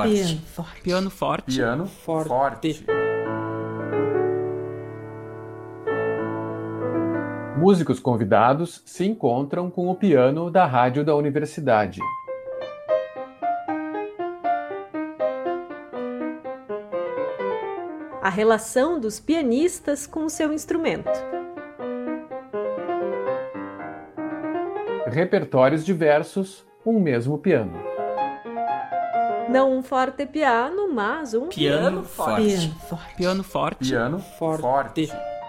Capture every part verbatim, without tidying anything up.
forte. Piano forte. Piano forte. Piano forte. forte. Músicos convidados se encontram com o piano da rádio da universidade. A relação dos pianistas com o seu instrumento. Repertórios diversos, um mesmo piano. Não um fortepiano, mas um Piano forte. Piano forte. Piano forte. Piano forte. forte.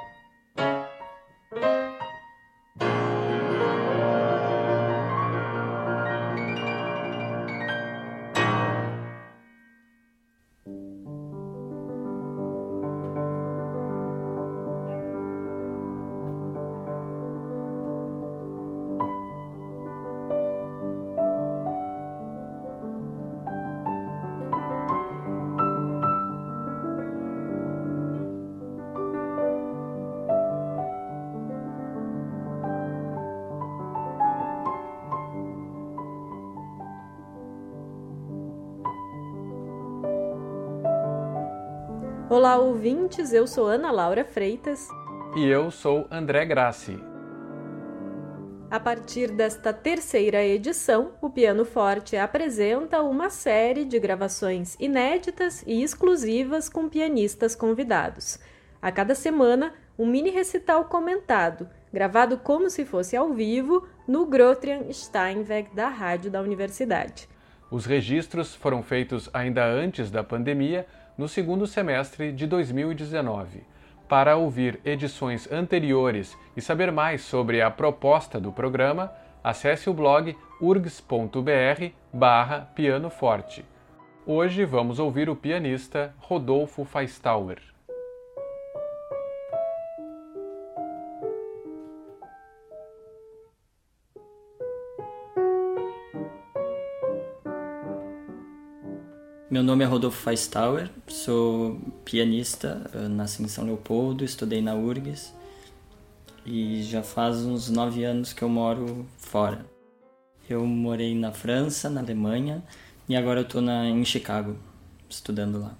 Olá, ouvintes, eu sou Ana Laura Freitas. E eu sou André Grassi. A partir desta terceira edição, o Piano Forte apresenta uma série de gravações inéditas e exclusivas com pianistas convidados. A cada semana, um mini recital comentado, gravado como se fosse ao vivo no Grotrian Steinweg da rádio da universidade. Os registros foram feitos ainda antes da pandemia, no segundo semestre de dois mil e dezenove. Para ouvir edições anteriores e saber mais sobre a proposta do programa, acesse o blog urgs ponto br barra piano forte. Hoje vamos ouvir o pianista Rodolfo Feistauer. Meu nome é Rodolfo Feistauer, sou pianista, nasci em São Leopoldo, estudei na URGS e já faz uns nove anos que eu moro fora. Eu morei na França, na Alemanha e agora eu estou em Chicago, estudando lá.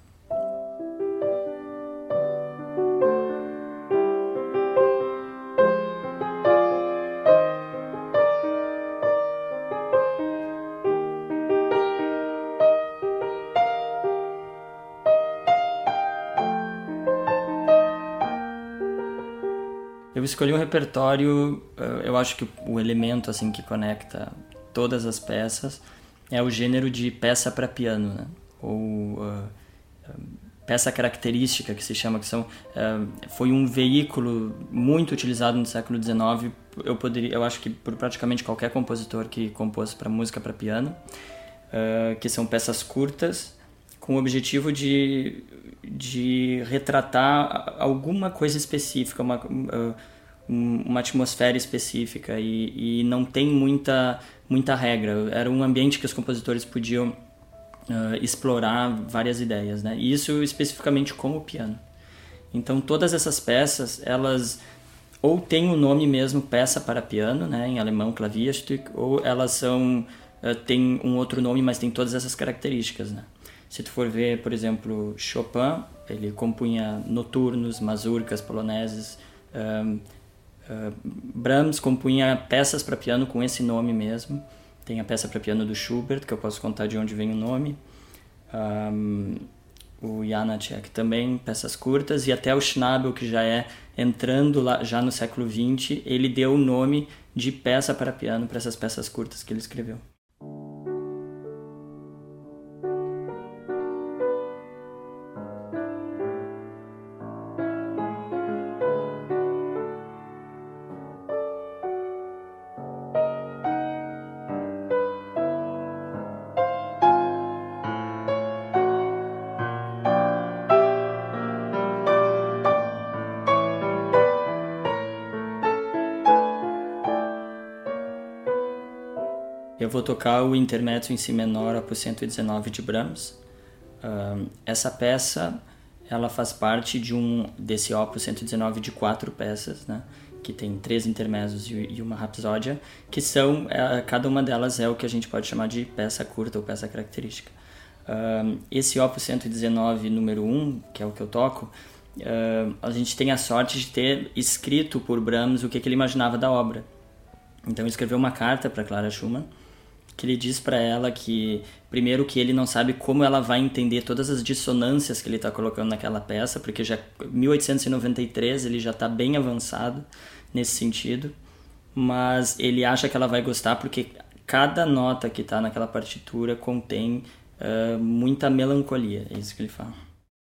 Eu escolhi um repertório, eu acho que o elemento assim que conecta todas as peças é o gênero de peça para piano, né? Ou uh, peça característica, que se chama, que são, uh, foi um veículo muito utilizado no século dezenove, eu, poderia, eu acho que por praticamente qualquer compositor que compôs para música para piano, uh, que são peças curtas, com o objetivo de, de retratar alguma coisa específica, uma, uma atmosfera específica e, e não tem muita, muita regra. Era um ambiente que os compositores podiam uh, explorar várias ideias, né? E isso especificamente com o piano. Então todas essas peças, elas ou têm o nome mesmo peça para piano, né? Em alemão Klavierstück, ou elas são, uh, têm um outro nome, mas tem todas essas características, né? Se tu for ver, por exemplo, Chopin, ele compunha noturnos, mazurcas, poloneses. Um, uh, Brahms compunha peças para piano com esse nome mesmo. Tem a peça para piano do Schubert, que eu posso contar de onde vem o nome. Um, o Janáček também, peças curtas. E até o Schnabel, que já é entrando lá, já no século vinte, ele deu o nome de peça para piano para essas peças curtas que ele escreveu. Eu vou tocar o Intermezzo em Si menor, opus cento e dezenove de Brahms. Uh, essa peça, ela faz parte de um desse opus cento e dezenove de quatro peças, né? Que tem três intermezzos e, e uma rapsódia, que são, uh, cada uma delas é o que a gente pode chamar de peça curta ou peça característica. Uh, esse Opus cento e dezenove número um, que é o que eu toco, uh, a gente tem a sorte de ter escrito por Brahms o que, que ele imaginava da obra. Então ele escreveu uma carta para Clara Schumann, que ele diz para ela que, primeiro, que ele não sabe como ela vai entender todas as dissonâncias que ele está colocando naquela peça, porque já em mil oitocentos e noventa e três ele já está bem avançado nesse sentido, mas ele acha que ela vai gostar porque cada nota que está naquela partitura contém uh, muita melancolia, é isso que ele fala.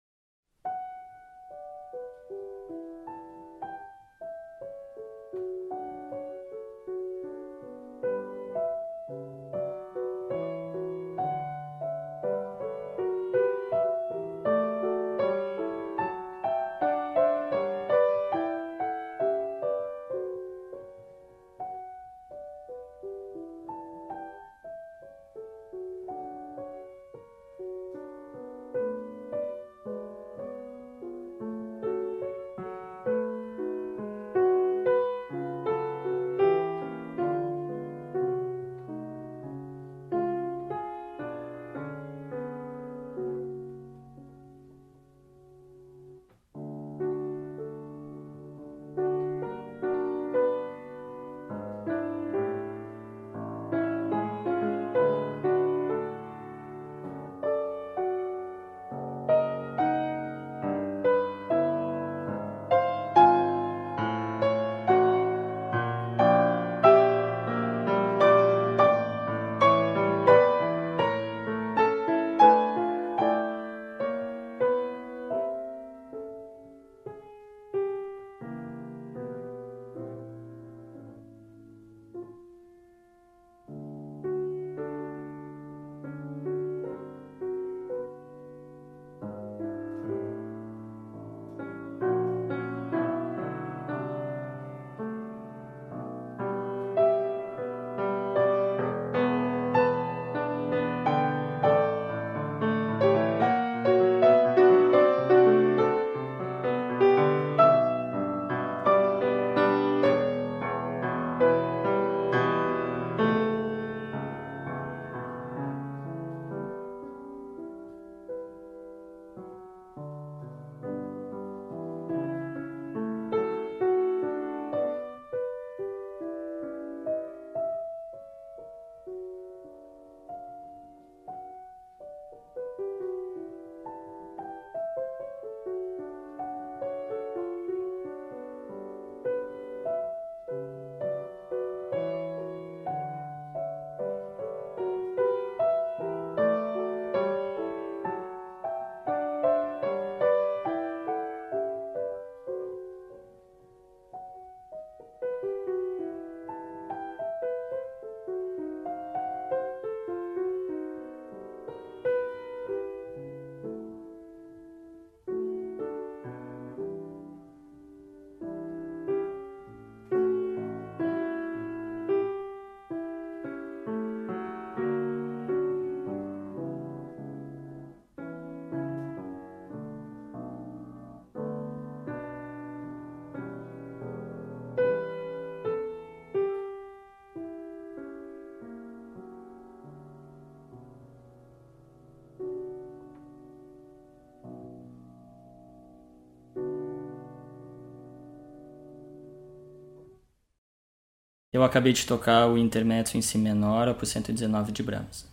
Eu acabei de tocar o Intermezzo em Si menor, opus cento e dezenove de Brahms.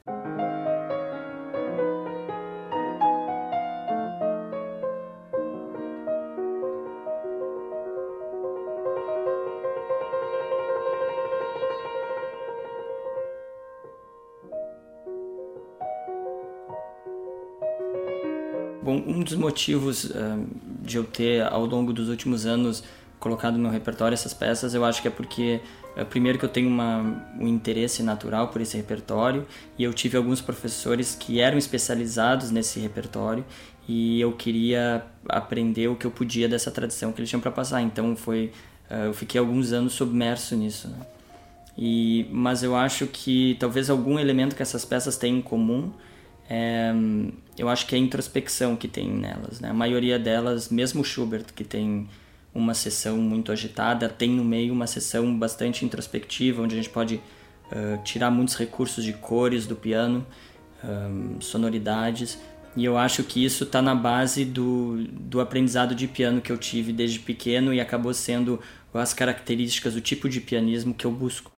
Bom, um dos motivos uh, de eu ter, ao longo dos últimos anos, colocado no meu repertório essas peças, eu acho que é porque, uh, primeiro que eu tenho uma, um interesse natural por esse repertório, e eu tive alguns professores que eram especializados nesse repertório, e eu queria aprender o que eu podia dessa tradição que eles tinham para passar. Então foi, uh, eu fiquei alguns anos submerso nisso, né? E, mas eu acho que talvez algum elemento que essas peças têm em comum, É, eu acho que é a introspecção que tem nelas, né? A maioria delas, mesmo Schubert, que tem uma sessão muito agitada, tem no meio uma sessão bastante introspectiva, onde a gente pode uh, tirar muitos recursos de cores do piano, um, sonoridades. E eu acho que isso está na base do, do aprendizado de piano que eu tive desde pequeno e acabou sendo as características, o tipo de pianismo que eu busco.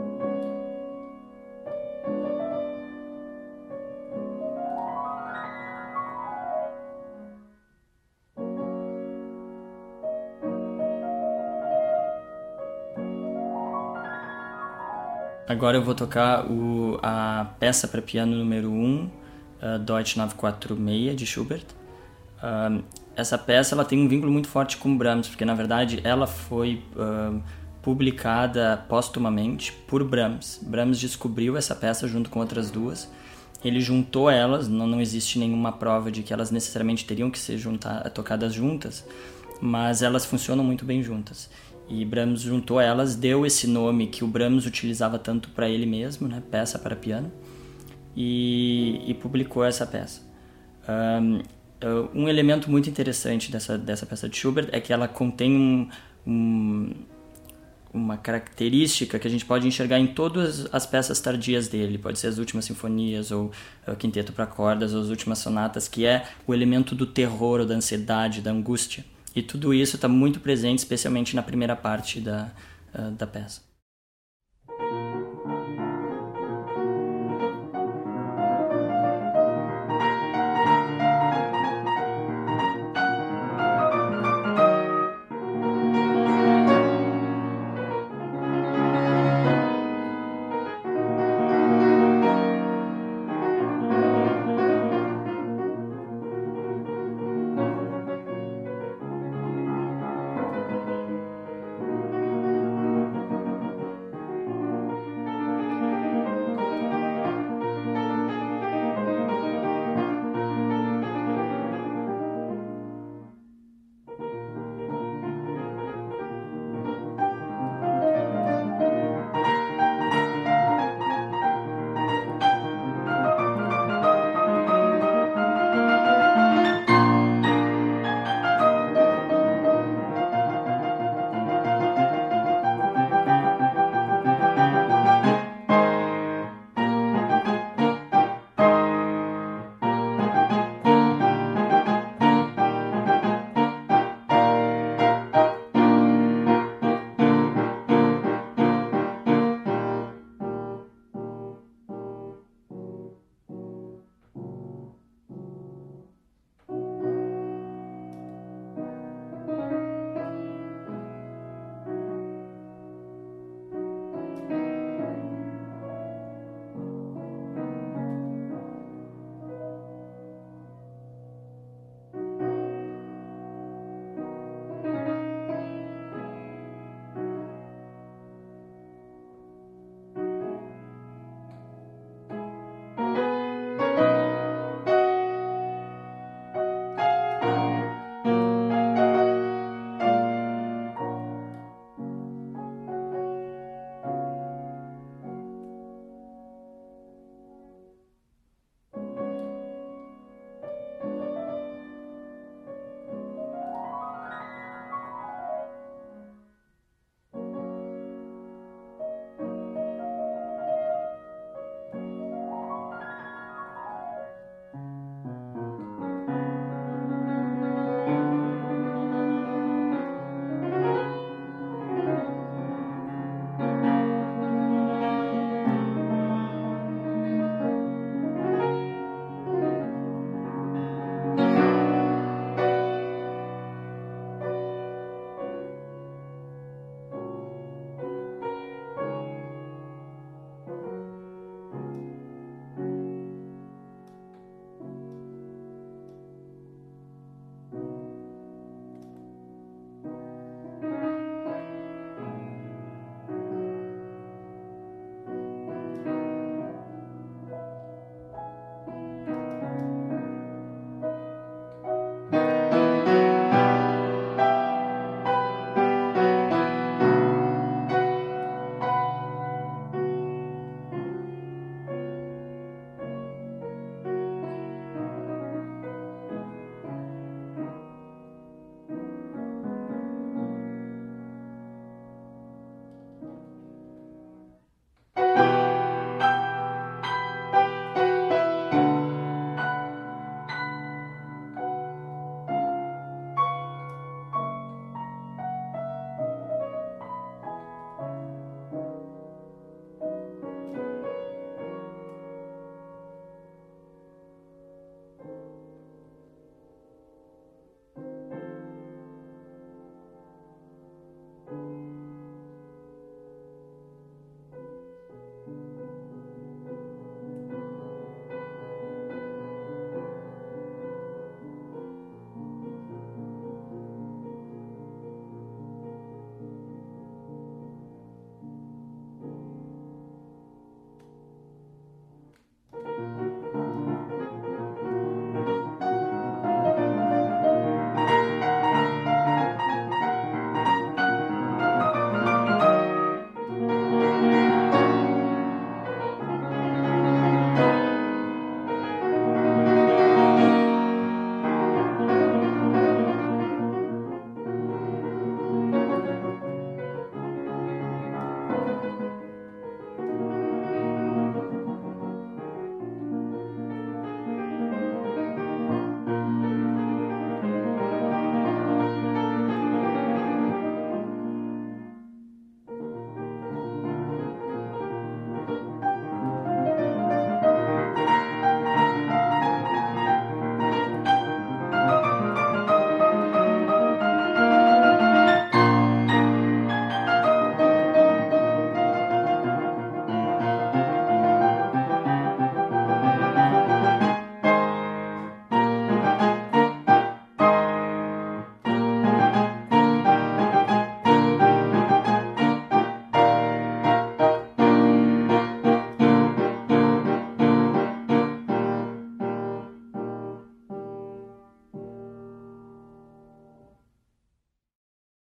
Agora eu vou tocar o, a peça para piano número um, uh, Deutsch novecentos e quarenta e seis, de Schubert. Uh, essa peça ela tem um vínculo muito forte com Brahms, porque na verdade ela foi uh, publicada póstumamente por Brahms. Brahms descobriu essa peça junto com outras duas. Ele juntou elas, não, não existe nenhuma prova de que elas necessariamente teriam que ser juntar, tocadas juntas, mas elas funcionam muito bem juntas. E Brahms juntou elas, deu esse nome que o Brahms utilizava tanto para ele mesmo, né, peça para piano, e, e publicou essa peça. Um, um elemento muito interessante dessa, dessa peça de Schubert é que ela contém um, um, uma característica que a gente pode enxergar em todas as peças tardias dele, pode ser as últimas sinfonias, ou o quinteto para cordas, ou as últimas sonatas, que é o elemento do terror, ou da ansiedade, da angústia. E tudo isso está muito presente, especialmente na primeira parte da, uh, da peça.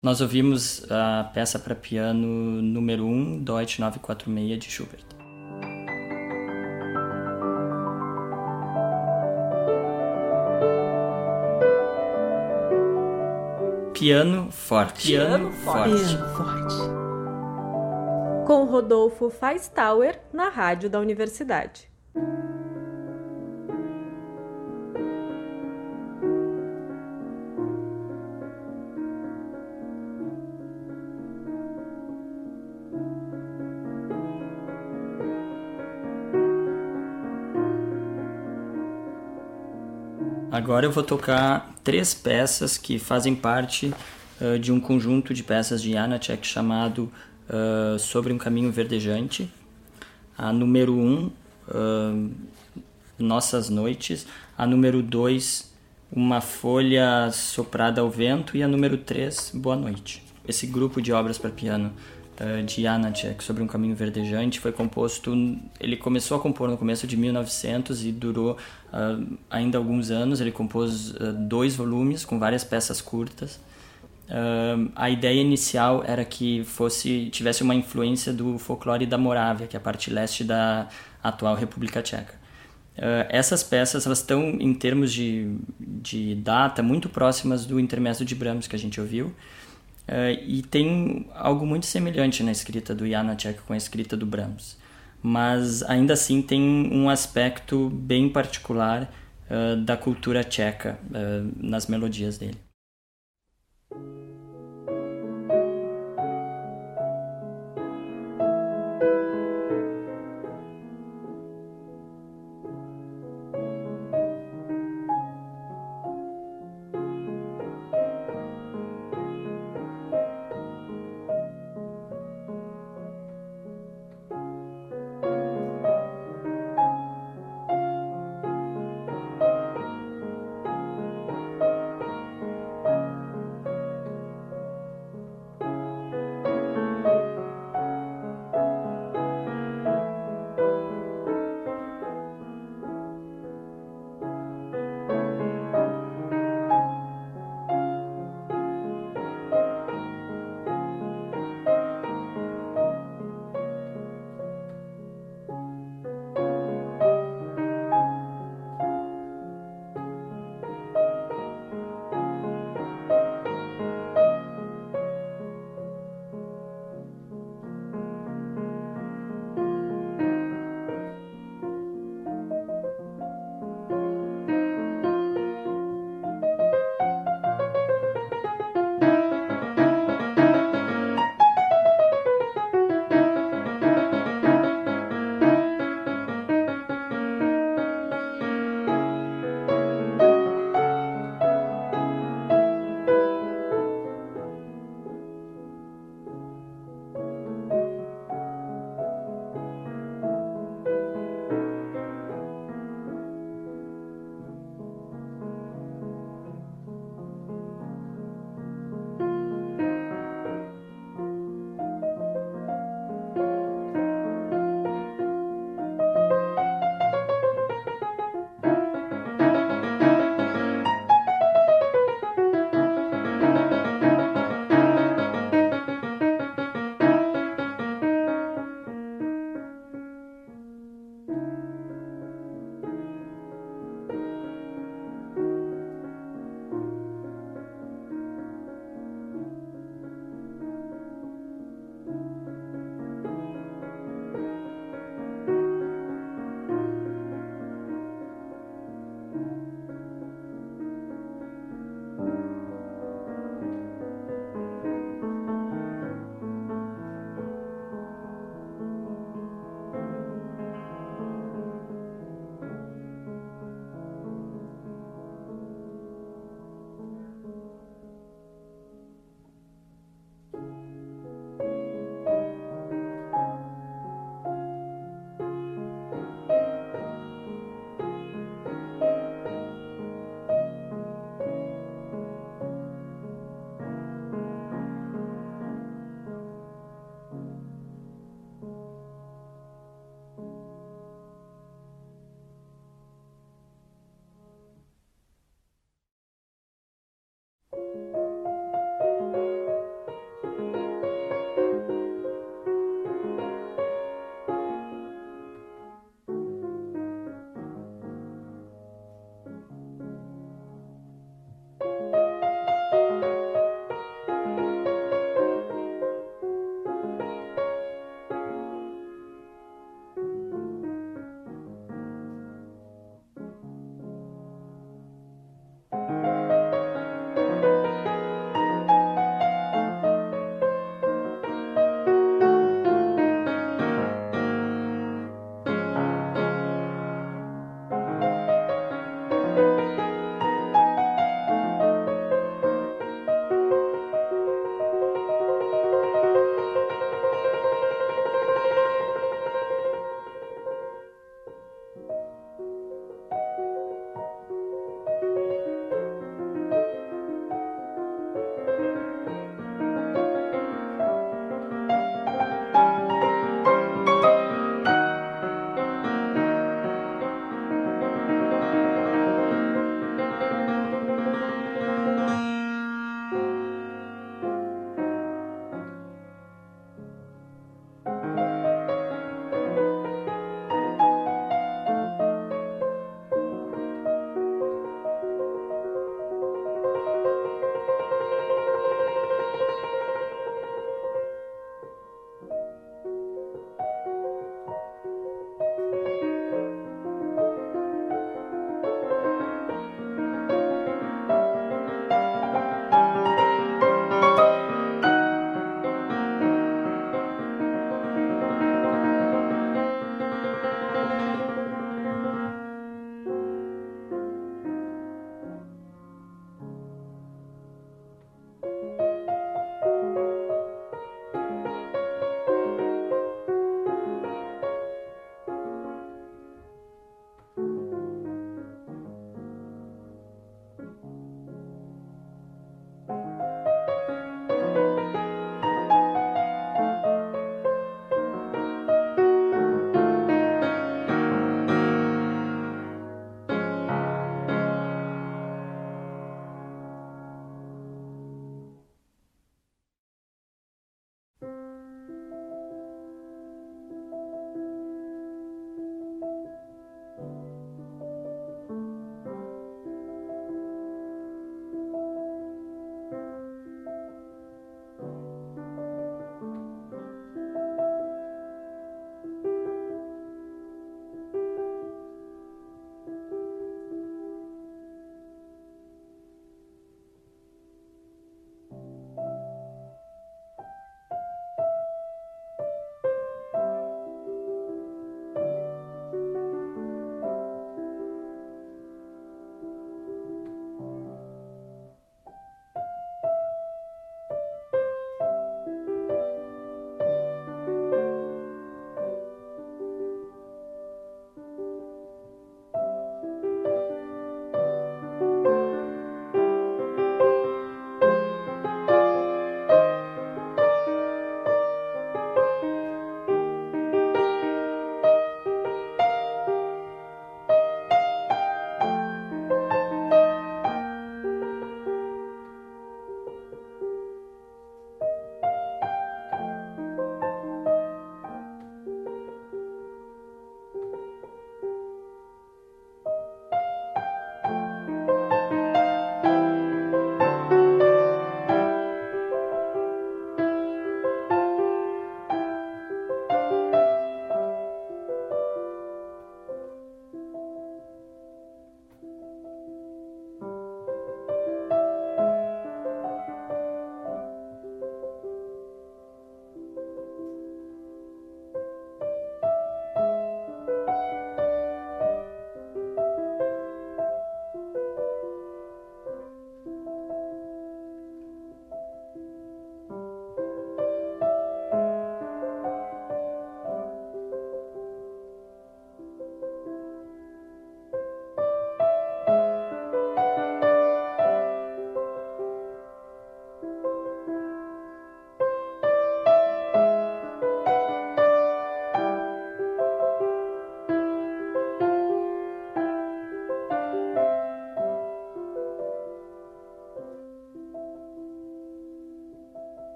Nós ouvimos a peça para piano número um, Deutsch novecentos e quarenta e seis, de Schubert. Piano forte. Piano forte. Piano forte. Com Rodolfo Feistauer, na rádio da universidade. Agora eu vou tocar três peças que fazem parte uh, de um conjunto de peças de Janacek chamado uh, Sobre um Caminho Verdejante. A número um, uh, Nossas Noites. A número dois, Uma Folha Soprada ao Vento. E a número três, Boa Noite. Esse grupo de obras para piano uh, de Janacek, Sobre um Caminho Verdejante, foi composto... Ele começou a compor no começo de mil e novecentos e durou uh, ainda alguns anos. Ele compôs uh, dois volumes com várias peças curtas. Uh, a ideia inicial era que fosse, tivesse uma influência do folclore da Morávia, que é a parte leste da atual República Tcheca. Uh, essas peças elas estão, em termos de, de data, muito próximas do Intermezzo de Brahms, que a gente ouviu. Uh, e tem algo muito semelhante na escrita do Janacek com a escrita do Brahms. Mas ainda assim tem um aspecto bem particular uh, da cultura tcheca uh, nas melodias dele.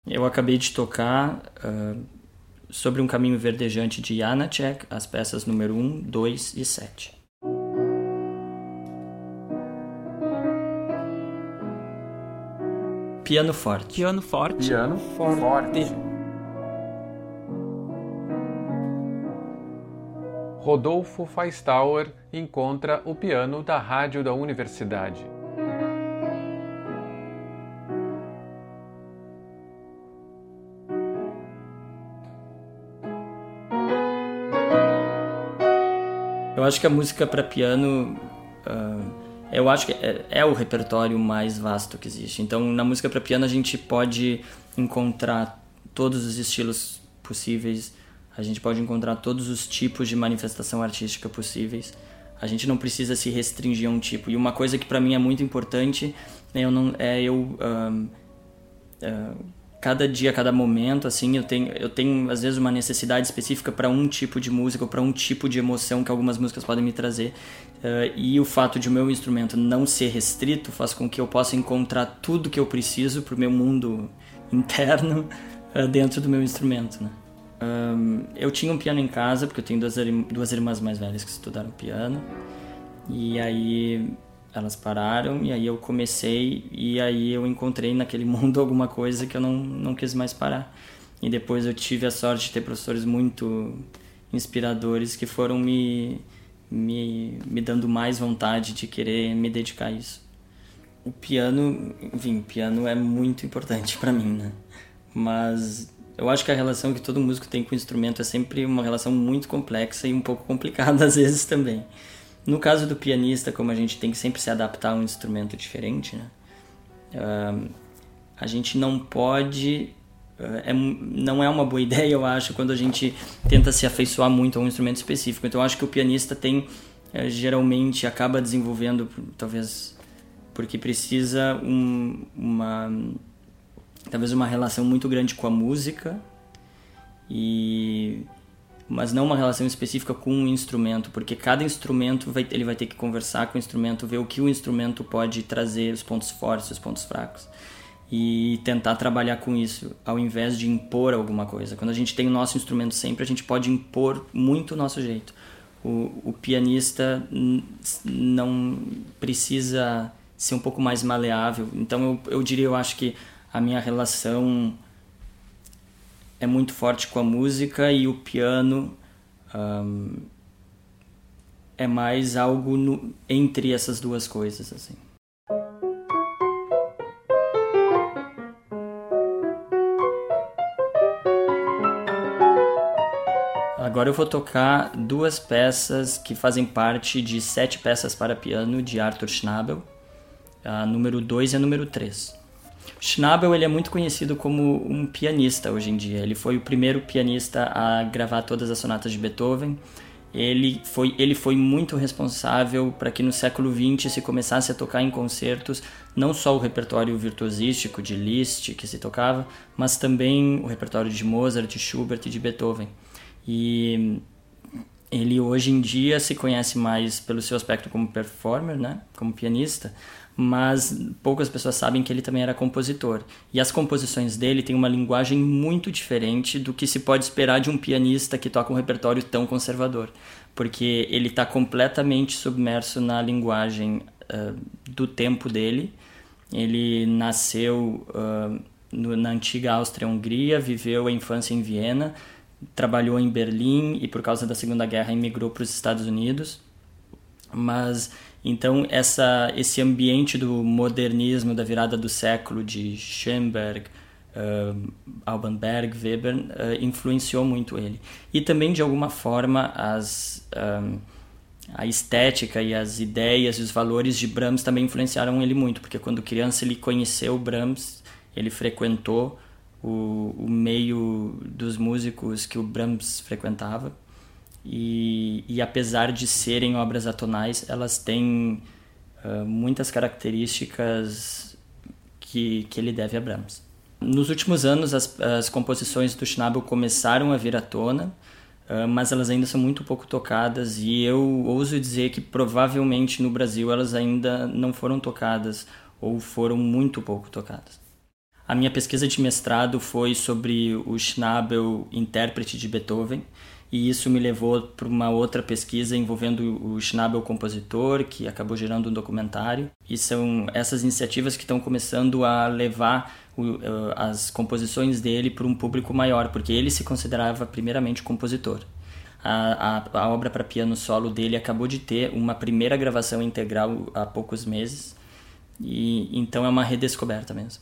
Eu acabei de tocar uh, Sobre um Caminho Verdejante de Janacek, as peças número um, dois e sete. Piano forte. Piano forte. Piano forte. Rodolfo Feistauer encontra o piano da rádio da universidade. Eu acho que a música para piano, uh, eu acho que é, é o repertório mais vasto que existe. Então, na música para piano a gente pode encontrar todos os estilos possíveis, a gente pode encontrar todos os tipos de manifestação artística possíveis. A gente não precisa se restringir a um tipo. E uma coisa que para mim é muito importante é eu, não, é eu uh, uh, cada dia, cada momento, assim, eu tenho, eu tenho às vezes uma necessidade específica para um tipo de música ou para um tipo de emoção que algumas músicas podem me trazer. Uh, e o fato de o meu instrumento não ser restrito faz com que eu possa encontrar tudo que eu preciso para o meu mundo interno uh, dentro do meu instrumento, né? Um, eu tinha um piano em casa, porque eu tenho duas, duas irmãs mais velhas que estudaram piano. E aí elas pararam, e aí eu comecei, e aí eu encontrei naquele mundo alguma coisa que eu não, não quis mais parar. E depois eu tive a sorte de ter professores muito inspiradores que foram me, me, me dando mais vontade de querer me dedicar a isso. O piano, enfim, o piano é muito importante para mim, né? Mas eu acho que a relação que todo músico tem com o instrumento é sempre uma relação muito complexa e um pouco complicada às vezes também. No caso do pianista, como a gente tem que sempre se adaptar a um instrumento diferente, né? Uh, a gente não pode... Uh, é, não é uma boa ideia, eu acho, quando a gente tenta se afeiçoar muito a um instrumento específico. Então eu acho que o pianista tem, uh, geralmente, acaba desenvolvendo, talvez porque precisa um, uma... talvez uma relação muito grande com a música, e, mas não uma relação específica com um instrumento, porque cada instrumento vai, ele vai ter que conversar com o instrumento, ver o que o instrumento pode trazer, os pontos fortes, os pontos fracos, e tentar trabalhar com isso, ao invés de impor alguma coisa. Quando a gente tem o nosso instrumento sempre, a gente pode impor muito o nosso jeito. O, o pianista n- não precisa ser um pouco mais maleável. Então eu, eu diria, eu acho que a minha relação é muito forte com a música, e o piano um, é mais algo no, entre essas duas coisas, assim. Agora eu vou tocar duas peças que fazem parte de sete peças para piano de Arthur Schnabel, a número dois e a número três. Schnabel, ele é muito conhecido como um pianista hoje em dia. Ele foi o primeiro pianista a gravar todas as sonatas de Beethoven. Ele foi, ele foi muito responsável para que no século vinte se começasse a tocar em concertos não só o repertório virtuosístico de Liszt que se tocava, mas também o repertório de Mozart, de Schubert e de Beethoven. E ele hoje em dia se conhece mais pelo seu aspecto como performer, né? Como pianista, mas poucas pessoas sabem que ele também era compositor. E as composições dele têm uma linguagem muito diferente do que se pode esperar de um pianista que toca um repertório tão conservador, porque ele está completamente submerso na linguagem uh, do tempo dele. Ele nasceu uh, no, na antiga Áustria-Hungria, viveu a infância em Viena, trabalhou em Berlim e por causa da Segunda Guerra emigrou para os Estados Unidos. Mas então essa, esse ambiente do modernismo, da virada do século de Schoenberg, uh, Alban Berg, Weber, uh, influenciou muito ele. E também, de alguma forma, as, um, a estética e as ideias e os valores de Brahms também influenciaram ele muito, porque quando criança ele conheceu Brahms, ele frequentou o, o meio dos músicos que o Brahms frequentava. E, e apesar de serem obras atonais, elas têm uh, muitas características que, que ele deve a Brahms. Nos últimos anos, as, as composições do Schnabel começaram a vir à tona, uh, mas elas ainda são muito pouco tocadas, e eu ouso dizer que provavelmente no Brasil elas ainda não foram tocadas, ou foram muito pouco tocadas. A minha pesquisa de mestrado foi sobre o Schnabel, intérprete de Beethoven, e isso me levou para uma outra pesquisa envolvendo o Schnabel compositor, que acabou gerando um documentário. E são essas iniciativas que estão começando a levar o, as composições dele para um público maior, porque ele se considerava primeiramente compositor. A, a, a obra para piano solo dele acabou de ter uma primeira gravação integral há poucos meses, e então é uma redescoberta mesmo.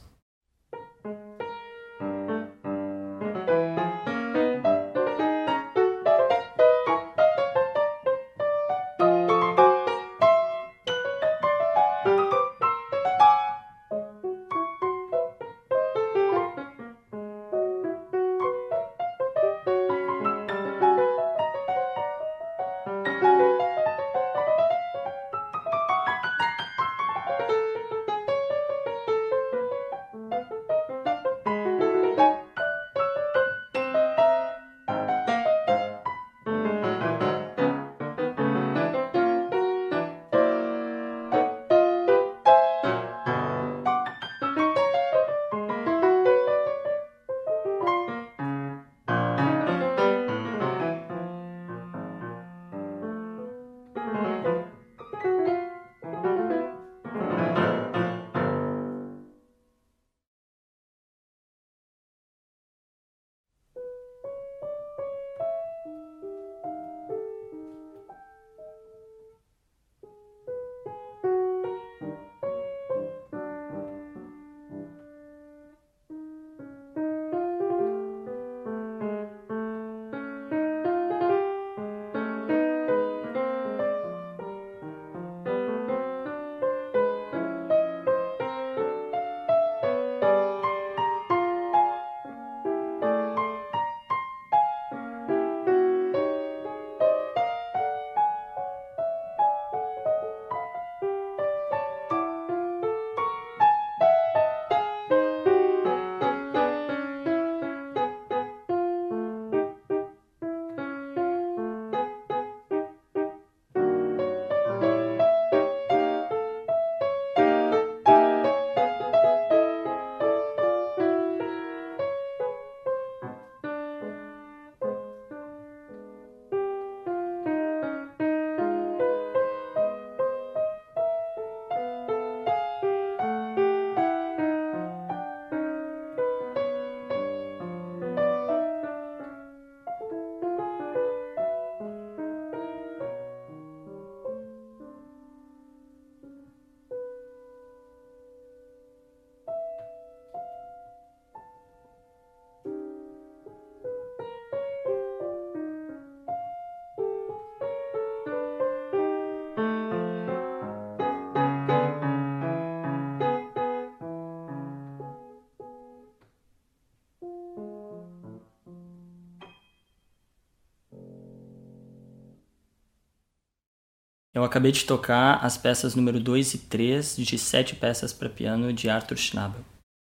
Eu acabei de tocar as peças número dois e três de sete peças para piano de Arthur Schnabel.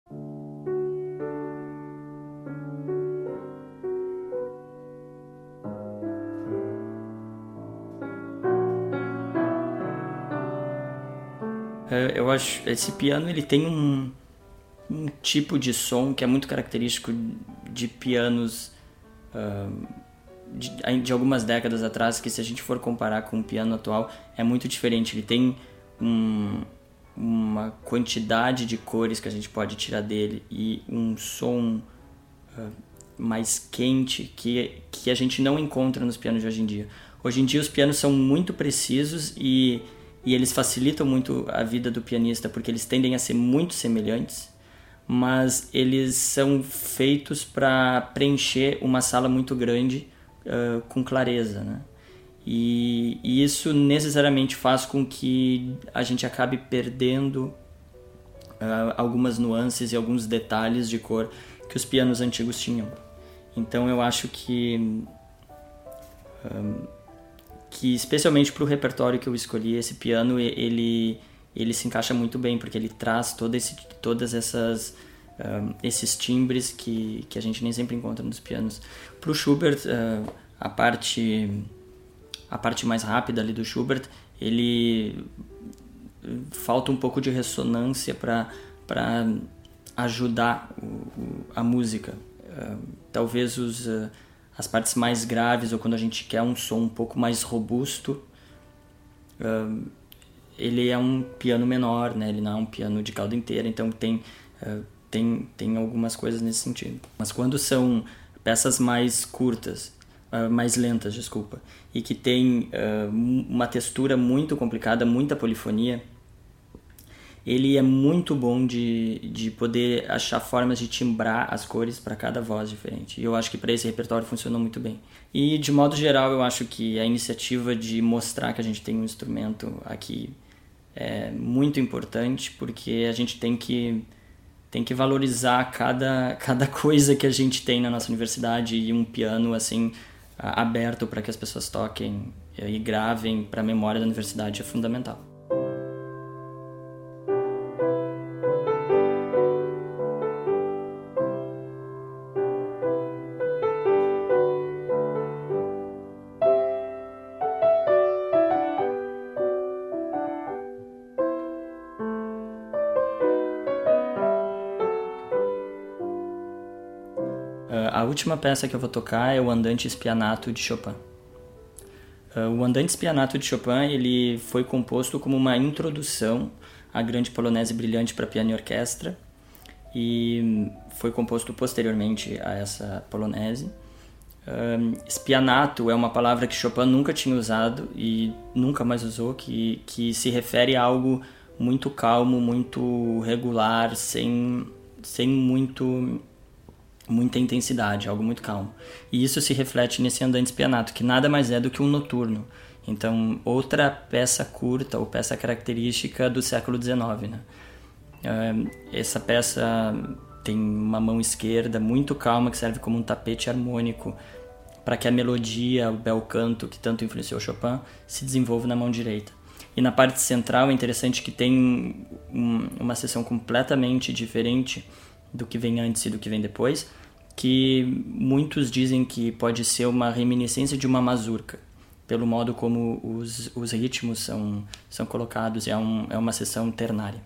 Eu acho esse piano ele tem um, um tipo de som que é muito característico de pianos uh, de, de algumas décadas atrás, que se a gente for comparar com o piano atual é muito diferente. Ele tem um, uma quantidade de cores que a gente pode tirar dele e um som uh, mais quente que, que a gente não encontra nos pianos de hoje em dia. Hoje em dia os pianos são muito precisos e E eles facilitam muito a vida do pianista, porque eles tendem a ser muito semelhantes, mas eles são feitos para preencher uma sala muito grande uh, com clareza, né? E, e isso necessariamente faz com que a gente acabe perdendo uh, algumas nuances e alguns detalhes de cor que os pianos antigos tinham. Então eu acho que... Um, que especialmente para o repertório que eu escolhi, esse piano ele, ele se encaixa muito bem, porque ele traz todo esse, todas essas um, esses timbres que, que a gente nem sempre encontra nos pianos. Para o Schubert, uh, a parte a parte mais rápida ali do Schubert, ele falta um pouco de ressonância para para ajudar o, o, a música. Uh, talvez os, uh, as partes mais graves, ou quando a gente quer um som um pouco mais robusto, uh, ele é um piano menor, né? Ele não é um piano de cauda inteira, então tem, uh, tem, tem algumas coisas nesse sentido. Mas quando são peças mais curtas, uh, mais lentas, desculpa, e que tem uh, uma textura muito complicada, muita polifonia, ele é muito bom de, de poder achar formas de timbrar as cores para cada voz diferente. E eu acho que para esse repertório funcionou muito bem. E, de modo geral, eu acho que a iniciativa de mostrar que a gente tem um instrumento aqui é muito importante, porque a gente tem que, tem que valorizar cada, cada coisa que a gente tem na nossa universidade, e um piano assim aberto para que as pessoas toquem e gravem para a memória da universidade é fundamental. A última peça que eu vou tocar é o Andante Spianato de Chopin. O Andante Spianato de Chopin ele foi composto como uma introdução à grande polonese brilhante para piano e orquestra, e foi composto posteriormente a essa polonese. Spianato é uma palavra que Chopin nunca tinha usado e nunca mais usou, que, que se refere a algo muito calmo, muito regular, sem, sem muito... muita intensidade, algo muito calmo. E isso se reflete nesse Andante Spianato, que nada mais é do que um noturno. Então, outra peça curta, ou peça característica do século dezenove, né? Essa peça tem uma mão esquerda muito calma, que serve como um tapete harmônico para que a melodia, o bel canto, que tanto influenciou Chopin, se desenvolva na mão direita. E na parte central é interessante que tem um, uma seção completamente diferente do que vem antes e do que vem depois, que muitos dizem que pode ser uma reminiscência de uma mazurca, pelo modo como os, os ritmos são, são colocados, é, um, é uma seção ternária.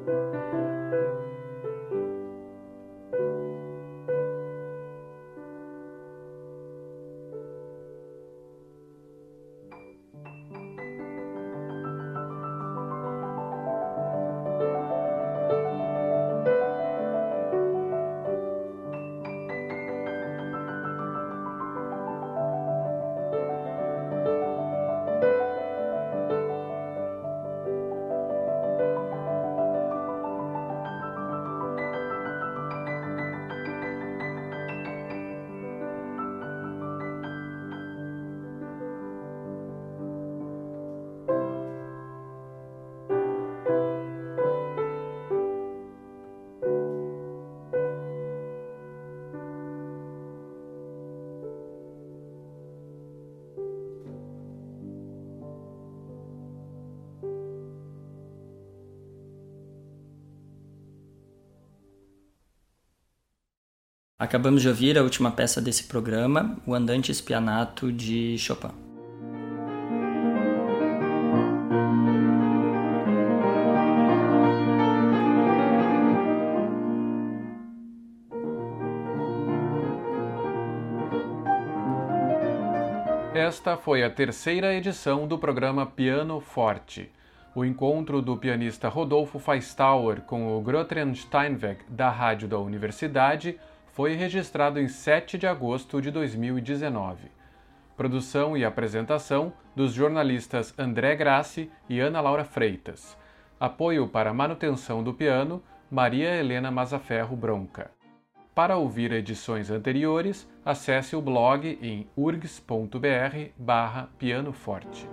Acabamos de ouvir a última peça desse programa, o Andante Spianato de Chopin. Esta foi a terceira edição do programa Piano Forte. O encontro do pianista Rodolfo Feistauer com o Gotthard Steinweg da Rádio da Universidade foi registrado em sete de agosto de dois mil e dezenove. Produção e apresentação dos jornalistas André Grassi e Ana Laura Freitas. Apoio para manutenção do piano, Maria Helena Mazaferro Bronca. Para ouvir edições anteriores, acesse o blog em urgs ponto br barra pianoforte.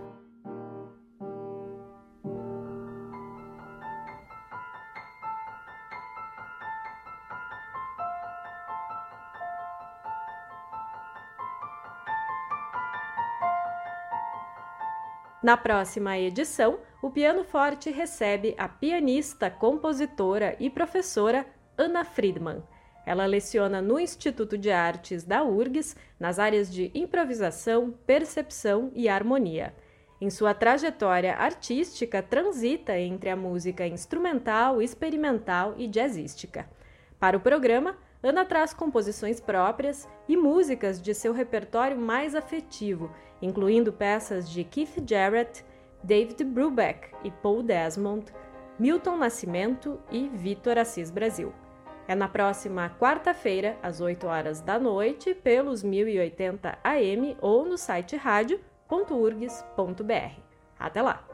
Na próxima edição, o Piano Forte recebe a pianista, compositora e professora Ana Friedman. Ela leciona no Instituto de Artes da U R G S, nas áreas de improvisação, percepção e harmonia. Em sua trajetória artística, transita entre a música instrumental, experimental e jazzística. Para o programa, Ana traz composições próprias e músicas de seu repertório mais afetivo, incluindo peças de Keith Jarrett, David Brubeck e Paul Desmond, Milton Nascimento e Vitor Assis Brasil. É na próxima quarta-feira, às oito horas da noite, pelos mil e oitenta A M ou no site rádio ponto urgs ponto br. Até lá!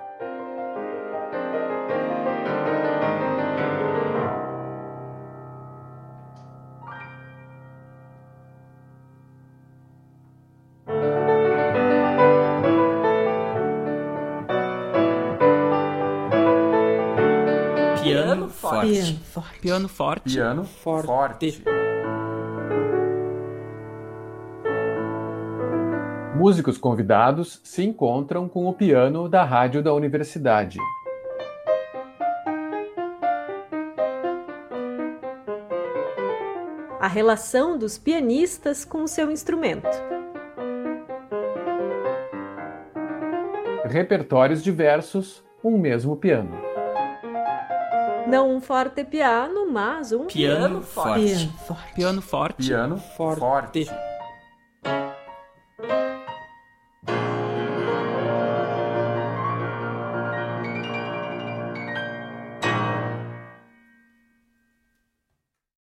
Piano Forte. Piano Forte. Piano Forte. Piano Forte. Forte. Músicos convidados se encontram com o piano da Rádio da Universidade. A relação dos pianistas com o seu instrumento. Repertórios diversos, um mesmo piano. Não um fortepiano, mas um Piano Forte. Piano Forte. Piano Forte. Piano Forte. Forte.